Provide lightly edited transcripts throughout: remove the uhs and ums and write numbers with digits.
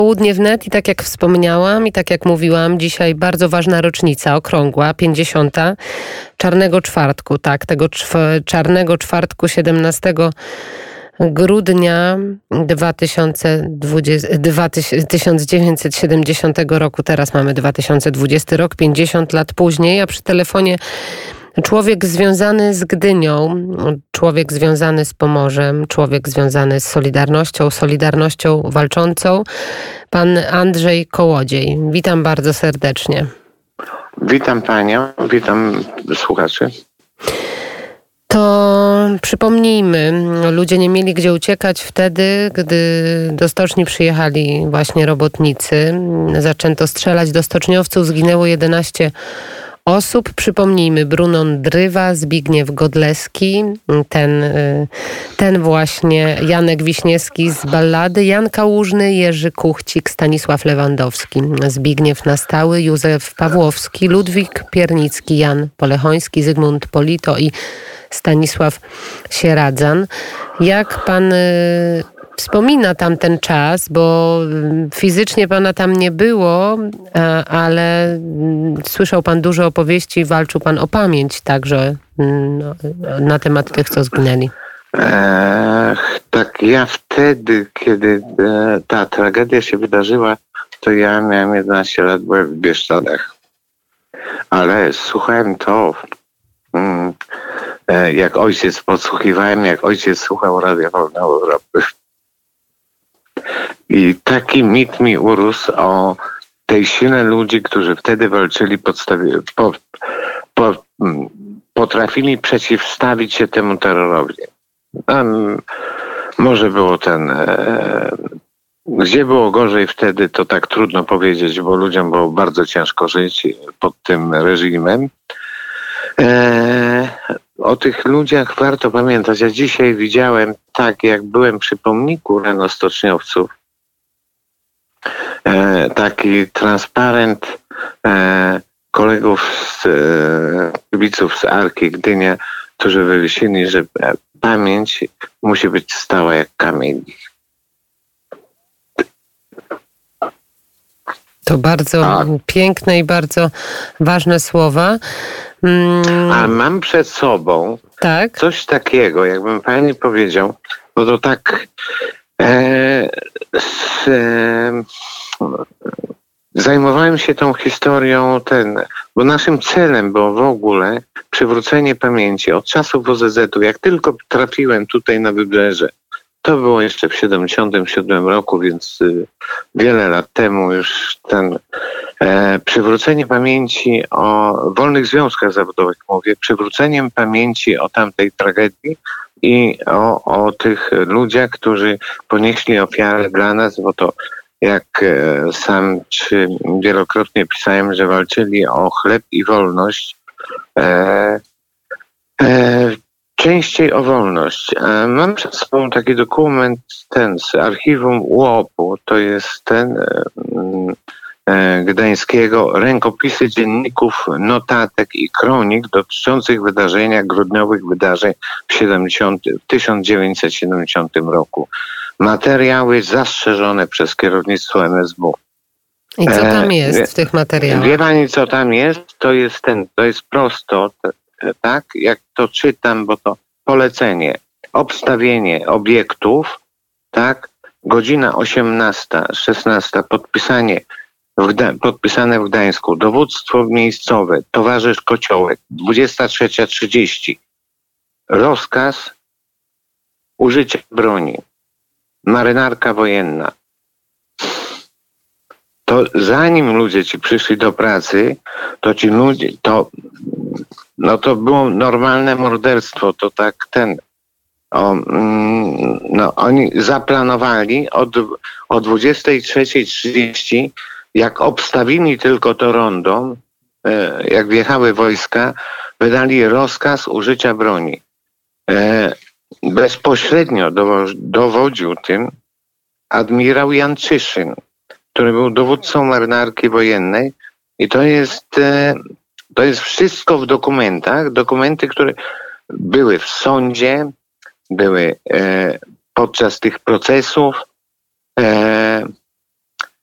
Południe wnet i tak jak wspomniałam i tak jak mówiłam, dzisiaj bardzo ważna rocznica, okrągła, 50. Czarnego Czwartku, tak, tego Czarnego Czwartku 17 grudnia 1970 roku. Teraz mamy 2020 rok, 50 lat później, a przy telefonie człowiek związany z Gdynią, człowiek związany z Pomorzem, człowiek związany z Solidarnością walczącą, pan Andrzej Kołodziej. Witam bardzo serdecznie. Witam panią, witam słuchaczy. To przypomnijmy, ludzie nie mieli gdzie uciekać wtedy, gdy do stoczni przyjechali właśnie robotnicy. Zaczęto strzelać do stoczniowców, zginęło 11 osób. Przypomnijmy, Brunon Drywa, Zbigniew Godleski, ten właśnie Janek Wiśniewski z Ballady, Jan Kałużny, Jerzy Kuchcik, Stanisław Lewandowski, Zbigniew Nastały, Józef Pawłowski, Ludwik Piernicki, Jan Polechoński, Zygmunt Polito i Stanisław Sieradzan. Jak pan wspomina tamten czas, bo fizycznie pana tam nie było, ale słyszał pan dużo opowieści, walczył pan o pamięć także na temat tych, co zginęli. Tak, ja wtedy, kiedy ta tragedia się wydarzyła, to ja miałem 11 lat, byłem w Bieszczadach. Ale słuchałem to, jak ojciec, podsłuchiwałem, jak ojciec słuchał Radia Wolna Europy. I taki mit mi urósł o tej sile ludzi, którzy wtedy walczyli, potrafili przeciwstawić się temu terrorowi. Może było gdzie było gorzej wtedy, to tak trudno powiedzieć, bo ludziom było bardzo ciężko żyć pod tym reżimem. O tych ludziach warto pamiętać. Ja dzisiaj widziałem, tak jak byłem przy pomniku rano stoczniowców, taki transparent kolegów kibiców z Arki Gdynia, którzy wywiesili, że pamięć musi być stała jak kamień. To bardzo piękne i bardzo ważne słowa. A mam przed sobą coś takiego, jakbym pani powiedział, bo to tak zajmowałem się tą historią, bo naszym celem było w ogóle przywrócenie pamięci od czasów OZZ-u. Jak tylko trafiłem tutaj na Wybrzeże, to było jeszcze w 1977 roku, więc wiele lat temu już przywrócenie pamięci o wolnych związkach zawodowych, mówię, przywróceniem pamięci o tamtej tragedii i o tych ludziach, którzy ponieśli ofiarę dla nas, bo to jak sam wielokrotnie pisałem, że walczyli o chleb i wolność, częściej o wolność. Mam przed sobą taki dokument z archiwum UOP-u, to jest gdańskiego, rękopisy dzienników, notatek i kronik dotyczących grudniowych wydarzeń w 1970 roku. Materiały zastrzeżone przez kierownictwo MSW. I co tam jest w tych materiałach? Wie pani, co tam jest? To jest prosto, tak? Jak to czytam, bo to polecenie, obstawienie obiektów, tak? Godzina 18, 16, podpisane w Gdańsku, dowództwo miejscowe, towarzysz Kociołek, 23:30. Rozkaz użycia broni. Marynarka wojenna. To zanim ludzie ci przyszli do pracy, to ci ludzie, to było normalne morderstwo, to tak oni zaplanowali o 23:30, jak obstawili tylko to rondo, jak wjechały wojska, wydali rozkaz użycia broni. Bezpośrednio dowodził tym admirał Janczyszyn, który był dowódcą marynarki wojennej, i to jest wszystko w dokumentach. Dokumenty, które były w sądzie, były podczas tych procesów.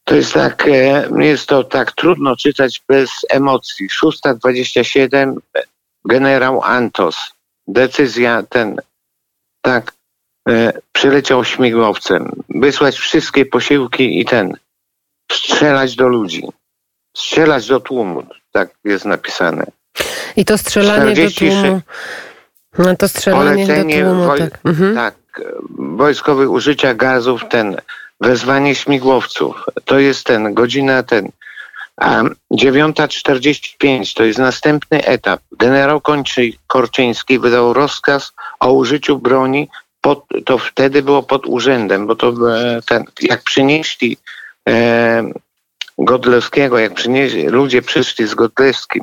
To jest tak, jest to tak trudno czytać bez emocji. 6:27, generał Antos. Decyzja tak, przyleciał śmigłowcem. Wysłać wszystkie posiłki i strzelać do ludzi. Strzelać do tłumu, tak jest napisane. I to strzelanie do tłumu. No to strzelanie do tłumu, tak. Tak, wojskowe użycia gazów, wezwanie śmigłowców. To jest godzina a 9:45 to jest następny etap. Generał Korczyński wydał rozkaz o użyciu broni. To wtedy było pod urzędem, bo to jak przynieśli Godlewskiego, ludzie przyszli z Godlewskim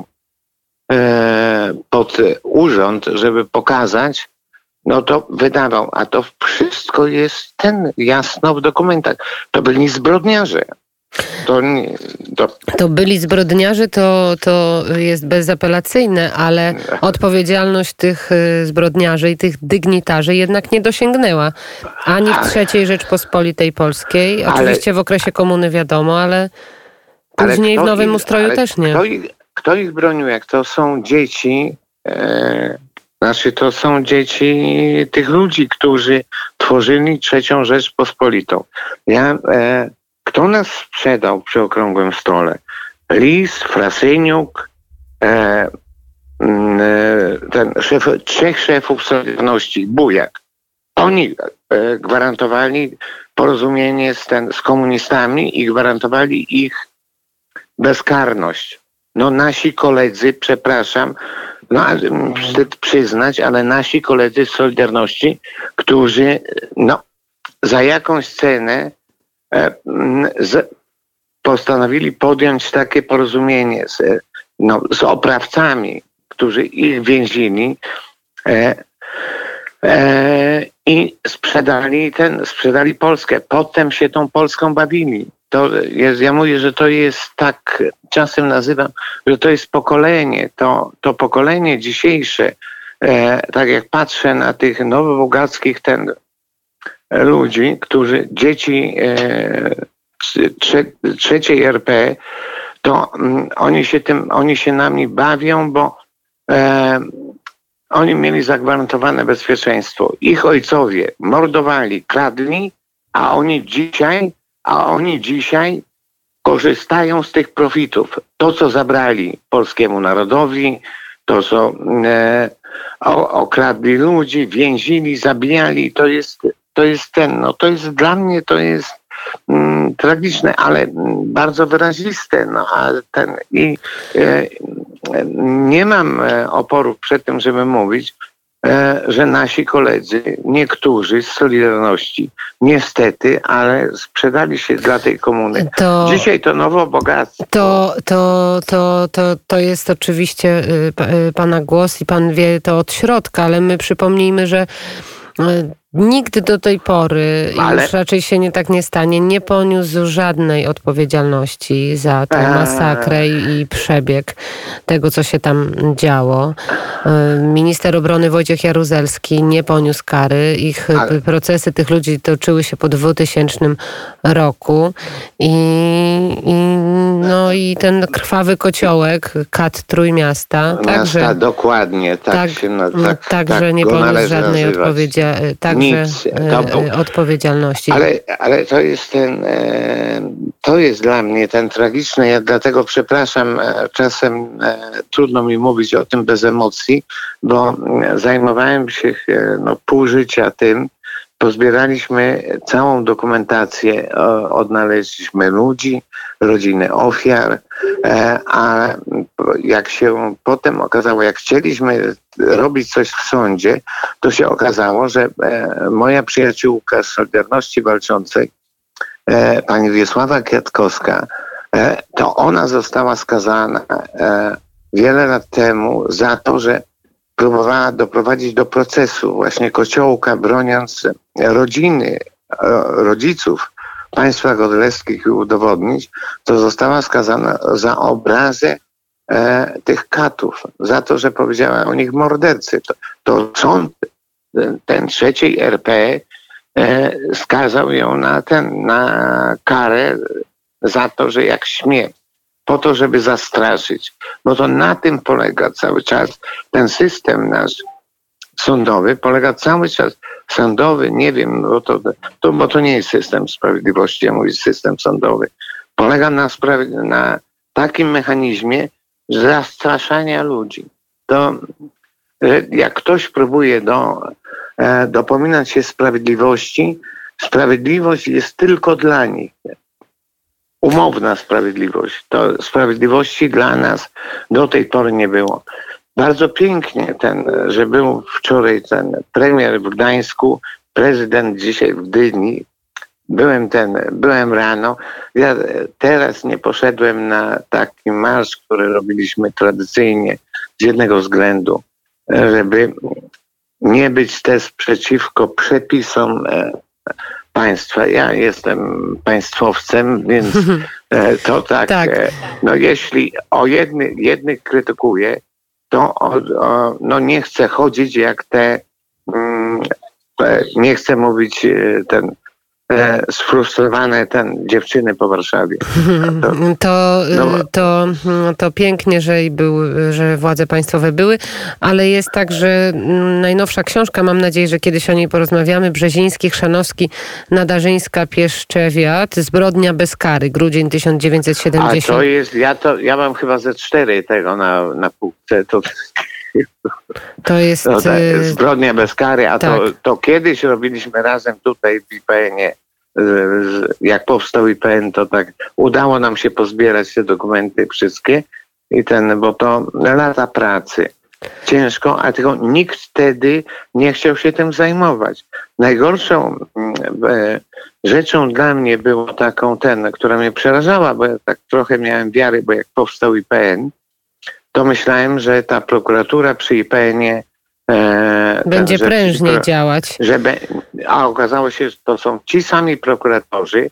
pod urząd, żeby pokazać, no to wydawał, a to wszystko jest jasno w dokumentach. To byli zbrodniarze. To byli zbrodniarze, to jest bezapelacyjne, ale odpowiedzialność tych zbrodniarzy i tych dygnitarzy jednak nie dosięgnęła ani w III Rzeczpospolitej Polskiej, oczywiście w okresie komuny wiadomo, ale później w nowym ustroju też nie. Kto ich bronił? Jak to są dzieci, to są dzieci tych ludzi, którzy tworzyli III Rzeczpospolitą. Kto nas sprzedał przy okrągłym stole? Lis, Frasyniuk, trzech szefów Solidarności, Bujak. Oni gwarantowali porozumienie z komunistami i gwarantowali ich bezkarność. No nasi koledzy, przepraszam, wstyd przyznać, ale nasi koledzy z Solidarności, którzy za jakąś cenę postanowili podjąć takie porozumienie z oprawcami, którzy ich więzili i sprzedali Polskę. Potem się tą Polską bawili. Ja mówię, że to jest tak, czasem nazywam, że to jest pokolenie, to pokolenie dzisiejsze, tak jak patrzę na tych nowobogackich ludzi, którzy dzieci trzeciej RP, to oni się nami bawią, bo oni mieli zagwarantowane bezpieczeństwo. Ich ojcowie mordowali, kradli, a oni dzisiaj korzystają z tych profitów. To, co zabrali polskiemu narodowi, to, co okradli ludzi, więzili, zabijali, to jest dla mnie to jest tragiczne, ale bardzo wyraziste. Nie mam oporów przed tym, żeby mówić, że nasi koledzy, niektórzy z Solidarności, niestety, ale sprzedali się dla tej komuny. Dzisiaj to nowo bogactwo. To jest oczywiście pana głos i pan wie to od środka, ale my przypomnijmy, że nikt do tej pory, już raczej się tak nie stanie, nie poniósł żadnej odpowiedzialności za tę masakrę i przebieg tego, co się tam działo. Minister obrony Wojciech Jaruzelski nie poniósł kary. Procesy tych ludzi toczyły się po 2000 roku i ten krwawy kociołek, kat Trójmiasta. Dokładnie. Także nie poniósł żadnej odpowiedzialności. Ale to jest dla mnie ten tragiczny, ja dlatego przepraszam, czasem trudno mi mówić o tym bez emocji, bo zajmowałem się pół życia tym, pozbieraliśmy całą dokumentację, odnaleźliśmy ludzi, rodziny ofiar, a jak się potem okazało, jak chcieliśmy robić coś w sądzie, to się okazało, że moja przyjaciółka z Solidarności Walczącej, pani Wiesława Kwiatkowska, to ona została skazana wiele lat temu za to, że próbowała doprowadzić do procesu właśnie Kociołka, broniąc rodziny, rodziców państwa godlewskich i udowodnić, to została skazana za obrazę tych katów, za to, że powiedziała o nich mordercy. To sąd ten trzeciej RP skazał ją na karę za to, że jak śmie, po to, żeby zastraszyć. Bo to na tym polega cały czas ten system nasz sądowy, polega cały czas sądowy, nie wiem, bo to nie jest system sprawiedliwości, ja mówię system sądowy. Polega na takim mechanizmie zastraszania ludzi. To, że jak ktoś próbuje dopominać się sprawiedliwości, sprawiedliwość jest tylko dla nich. Umowna sprawiedliwość. To sprawiedliwości dla nas do tej pory nie było. Bardzo pięknie że był wczoraj ten premier w Gdańsku, prezydent dzisiaj w Gdyni. Byłem rano. Ja teraz nie poszedłem na taki marsz, który robiliśmy tradycyjnie z jednego względu, żeby nie być też przeciwko przepisom państwa. Ja jestem państwowcem, więc to tak. No jeśli jednych krytykuję, to nie chcę chodzić jak nie chcę mówić sfrustrowane dziewczyny po Warszawie. To pięknie, że władze państwowe były, ale jest tak, że najnowsza książka, mam nadzieję, że kiedyś o niej porozmawiamy, Brzeziński, Chrzanowski, Nadarzyńska, Pieszczewiat, Zbrodnia bez kary, grudzień 1970. A to jest, ja mam chyba ze 4 tego na półce. To jest Zbrodnia bez kary, a tak. to kiedyś robiliśmy razem tutaj w IPN-ie. Jak powstał IPN, to tak udało nam się pozbierać te dokumenty wszystkie bo to lata pracy. Ciężko, a tylko nikt wtedy nie chciał się tym zajmować. Najgorszą rzeczą dla mnie było taką która mnie przerażała, bo ja tak trochę miałem wiary, bo jak powstał IPN, to myślałem, że ta prokuratura przy IPN-ie będzie prężnie działać. A okazało się, że to są ci sami prokuratorzy,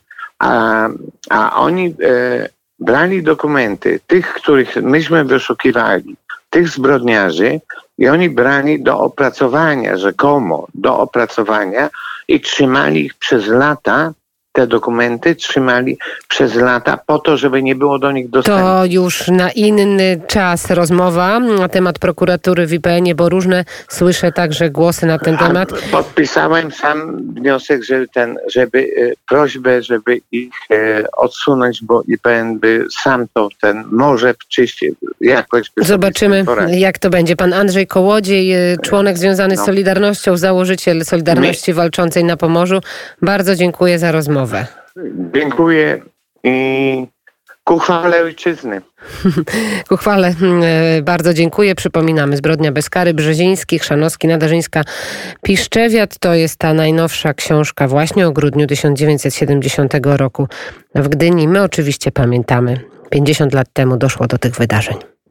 a oni brali dokumenty tych, których myśmy wyszukiwali, tych zbrodniarzy, i oni brali do opracowania, rzekomo do opracowania, i trzymali ich przez lata. Te dokumenty trzymali przez lata po to, żeby nie było do nich dostępu. To już na inny czas rozmowa na temat prokuratury w IPN-ie, bo różne słyszę także głosy na ten temat. Podpisałem sam wniosek, żeby prośbę, żeby ich odsunąć, bo IPN by sam to może jakoś. Zobaczymy, jak to będzie. Pan Andrzej Kołodziej, członek związany z Solidarnością, założyciel Solidarności Walczącej na Pomorzu. Bardzo dziękuję za rozmowę. Dziękuję i ku chwale ojczyzny. Ku chwale bardzo dziękuję. Przypominamy, Zbrodnia bez kary, Brzeziński, Chrzanowski, Nadarzyńska, Piszczewiat. To jest ta najnowsza książka właśnie o grudniu 1970 roku w Gdyni. My oczywiście pamiętamy, 50 lat temu doszło do tych wydarzeń.